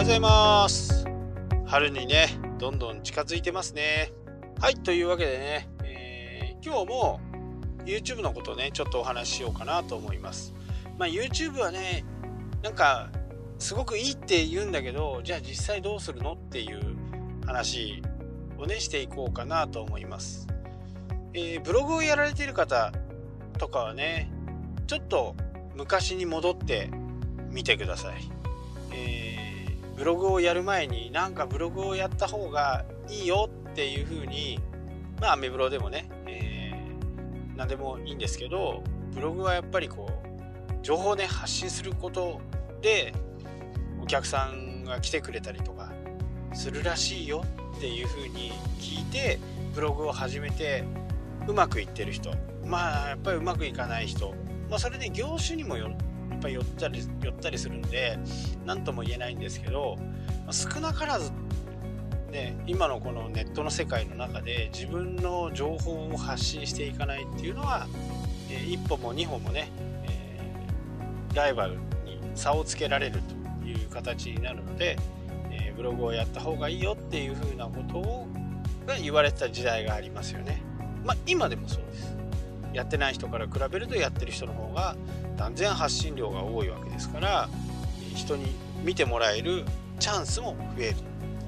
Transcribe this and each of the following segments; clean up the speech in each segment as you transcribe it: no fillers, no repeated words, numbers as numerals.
ようございます。春にね、どんどん近づいてますね。はい、というわけでね、今日も YouTube のことをね、ちょっとお話ししようかなと思います。YouTube はね、なんか、すごくいいって言うんだけど、じゃあ実際どうするのっていう話をね、していこうかなと思います。ブログをやられている方とかはね、ちょっと昔に戻ってみてください。ブログをやる前になんかブログをやった方がいいよっていう風にアメブロでもね、何でもいいんですけど、ブログはやっぱりこう情報をね発信することでお客さんが来てくれたりとかするらしいよっていう風に聞いてブログを始めてうまくいってる人、やっぱりうまくいかない人、それで業種にもやっぱり寄ったりするんで何とも言えないんですけど、少なからずね、今のこのネットの世界の中で自分の情報を発信していかないっていうのは、一歩も二歩もね、ライバルに差をつけられるという形になるので、ブログをやった方がいいよっていう風なことが言われてた時代がありますよね。今でもそうです。やってない人から比べるとやってる人の方が断然発信量が多いわけですから、人に見てもらえるチャンスも増える。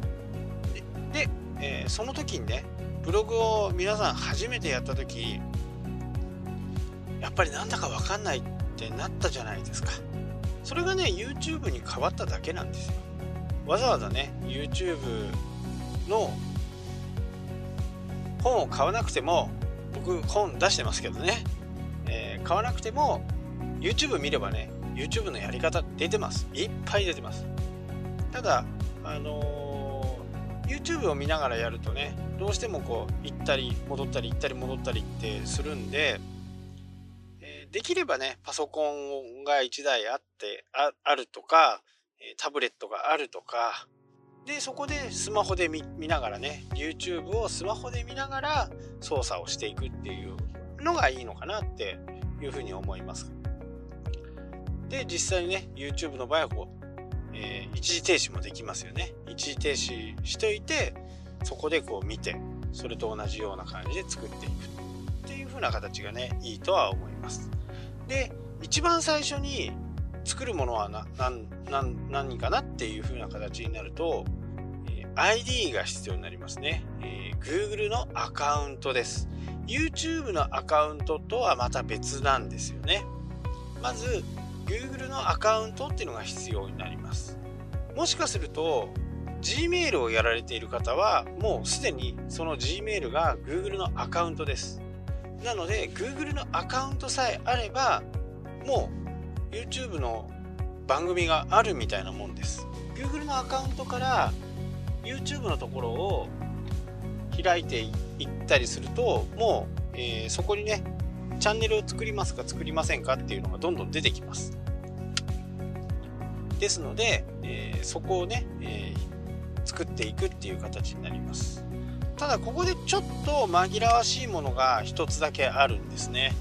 で、その時にね、ブログを皆さん初めてやった時、やっぱりなんだか分かんないってなったじゃないですか。それがね YouTube に変わっただけなんですよ。わざわざね YouTube の本を買わなくても、僕本出してますけどね、買わなくても YouTube 見ればね YouTube のやり方出てます。いっぱい出てます。ただYouTube を見ながらやるとね、どうしてもこう行ったり戻ったり行ったり戻ったりってするんで、できればねパソコンが1台あるとか、タブレットがあるとかで、そこでスマホで 見ながらね YouTube をスマホで見ながら操作をしていくっていうのがいいのかなっていうふうに思います。で、実際にね YouTube の場合はこう、一時停止もできますよね。一時停止しといてそこでこう見て、それと同じような感じで作っていくっていう風な形がねいいとは思います。で、一番最初に作るものは何かなっていう風な形になると、ID が必要になりますね。Google のアカウントです。YouTube のアカウントとはまた別なんですよね。まず Google のアカウントっていうのが必要になります。もしかすると Gmail をやられている方はもうすでにその Gmail が Google のアカウントです。なので Google のアカウントさえあればもう YouTube の番組があるみたいなもんです。 Google のアカウントから YouTube のところを開いていったりするともう、そこにねチャンネルを作りますか作りませんかっていうのがどんどん出てきます。ですので、そこをね、作っていくっていう形になります。ただここでちょっと紛らわしいものが一つだけあるんですね。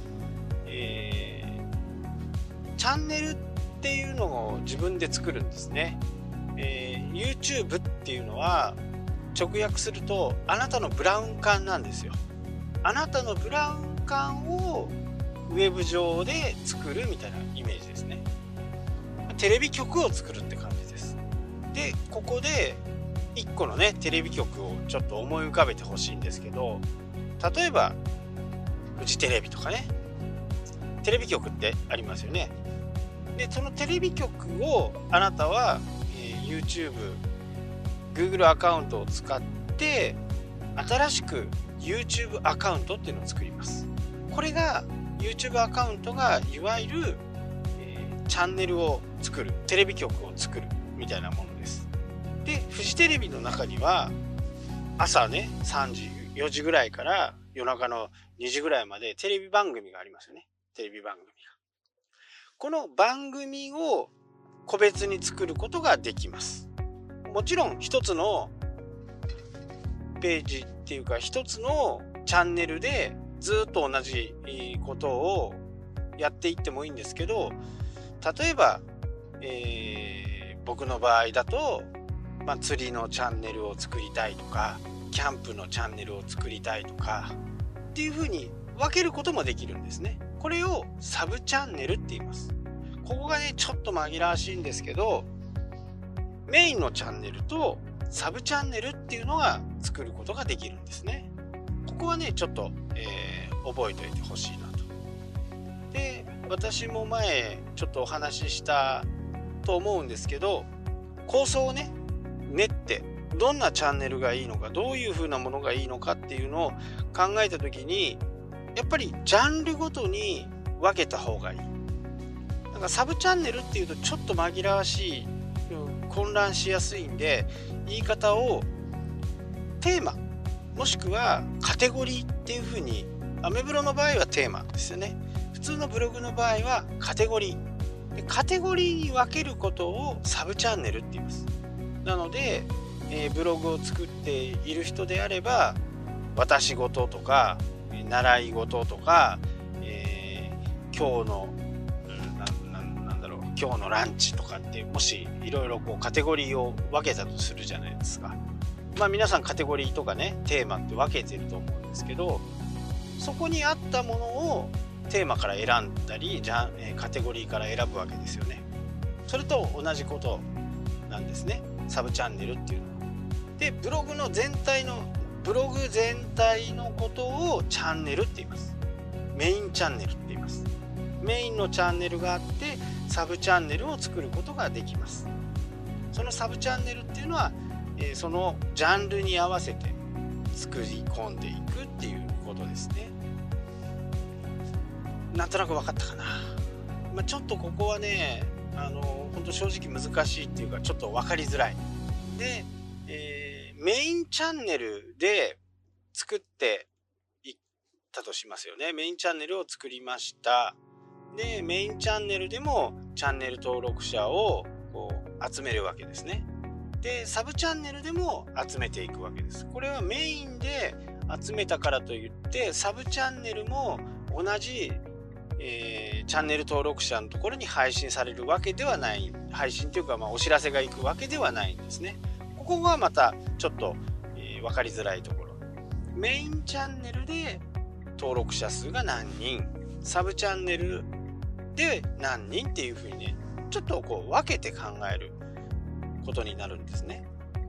チャンネルっていうのを自分で作るんですね。YouTube っていうのは直訳するとあなたのブラウン管なんですよ。あなたのブラウン管をウェブ上で作るみたいなイメージですね。テレビ局を作るって感じです。で、ここで1個のねテレビ局をちょっと思い浮かべてほしいんですけど、例えばフジテレビとかね、テレビ局ってありますよね。で、そのテレビ局をあなたは、YouTube、Google アカウントを使って新しく YouTube アカウントっていうのを作ります。これが YouTube アカウントがいわゆる、チャンネルを作る、テレビ局を作るみたいなものです。で、フジテレビの中には朝ね3時4時ぐらいから夜中の2時ぐらいまでテレビ番組がありますよね。テレビ番組が、この番組を個別に作ることができます。もちろん一つのページっていうか一つのチャンネルでずっと同じことをやっていってもいいんですけど、例えば、僕の場合だと釣りのチャンネルを作りたいとか、キャンプのチャンネルを作りたいとかっていう風に分けることもできるんですね。これをサブチャンネルって言います。ここがねちょっと紛らわしいんですけど、メインのチャンネルとサブチャンネルっていうのが作ることができるんですね。ここはねちょっと、覚えておいてほしいなと。で、私も前ちょっとお話ししたと思うんですけど、構想をね練ってどんなチャンネルがいいのか、どういう風なものがいいのかっていうのを考えた時に、やっぱりジャンルごとに分けた方がいい。なんかサブチャンネルっていうとちょっと紛らわしい、混乱しやすいんで、言い方をテーマもしくはカテゴリーっていう風に、アメブロの場合はテーマですよね。普通のブログの場合はカテゴリーで、カテゴリーに分けることをサブチャンネルって言います。なので、ブログを作っている人であれば、私事とか習い事とか、今日の今日のランチとかって、もしいろいろこうカテゴリーを分けたとするじゃないですか。皆さんカテゴリーとかねテーマって分けてると思うんですけど、そこに合ったものをテーマから選んだりカテゴリーから選ぶわけですよね。それと同じことなんですね、サブチャンネルっていうのは。で、ブログ全体のことをチャンネルって言います。メインチャンネルって言います。メインのチャンネルがあってサブチャンネルを作ることができます。そのサブチャンネルっていうのは、そのジャンルに合わせて作り込んでいくっていうことですね。なんとなく分かったかな。ちょっとここはね本当正直難しいっていうか、ちょっと分かりづらいで、メインチャンネルで作っていったとしますよね。メインチャンネルを作りました。で、メインチャンネルでもチャンネル登録者をこう集めるわけですね。で、サブチャンネルでも集めていくわけです。これはメインで集めたからといってサブチャンネルも同じ、チャンネル登録者のところに配信されるわけではない。配信というか、お知らせがいくわけではないんですね。ここがまたちょっと、分かりづらいところ。メインチャンネルで登録者数が何人、サブチャンネルで何人っていう風にね、ちょっとこう分けて考えることになるんですね。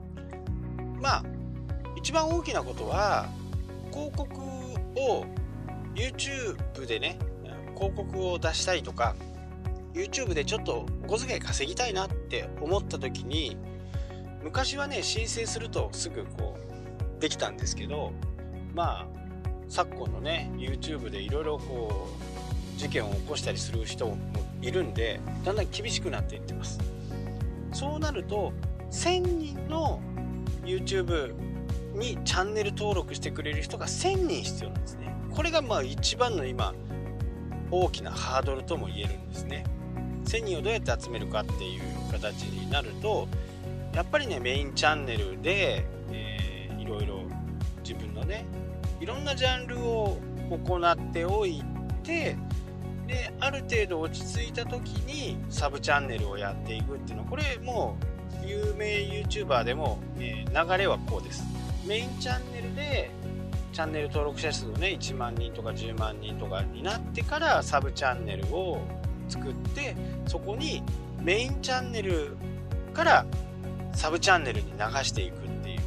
一番大きなことは、広告を YouTube でね広告を出したいとか、 YouTube でちょっとお小遣い稼ぎたいなって思った時に、昔はね申請するとすぐこうできたんですけど、昨今のね YouTube でいろいろこう事件を起こしたりする人もいるんで、だんだん厳しくなっていってます。そうなると1000人の YouTube にチャンネル登録してくれる人が1000人必要なんですね。これが一番の今大きなハードルとも言えるんですね。1000人をどうやって集めるかっていう形になると、やっぱりねメインチャンネルで、いろいろ自分のねいろんなジャンルを行っておいて、である程度落ち着いた時にサブチャンネルをやっていくっていうのは、これもう有名 YouTuber でも、流れはこうです。メインチャンネルでチャンネル登録者数ね1万人とか10万人とかになってからサブチャンネルを作って、そこにメインチャンネルからサブチャンネルに流していくっていう、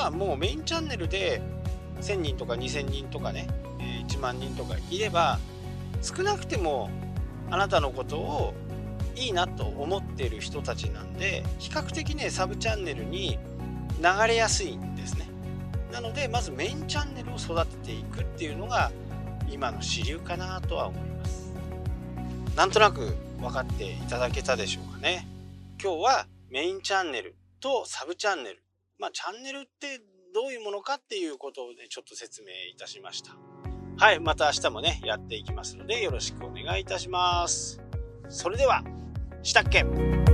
もうメインチャンネルで1000人とか2000人とかね、1万人とかいれば、少なくてもあなたのことをいいなと思っている人たちなんで、比較的ねサブチャンネルに流れやすいんですね。なのでまずメインチャンネルを育てていくっていうのが今の主流かなとは思います。なんとなく分かっていただけたでしょうかね。今日はメインチャンネルとサブチャンネル、チャンネルってどういうものかっていうことをねちょっと説明いたしました。はい、また明日もねやっていきますのでよろしくお願いいたします。それではしたっけ。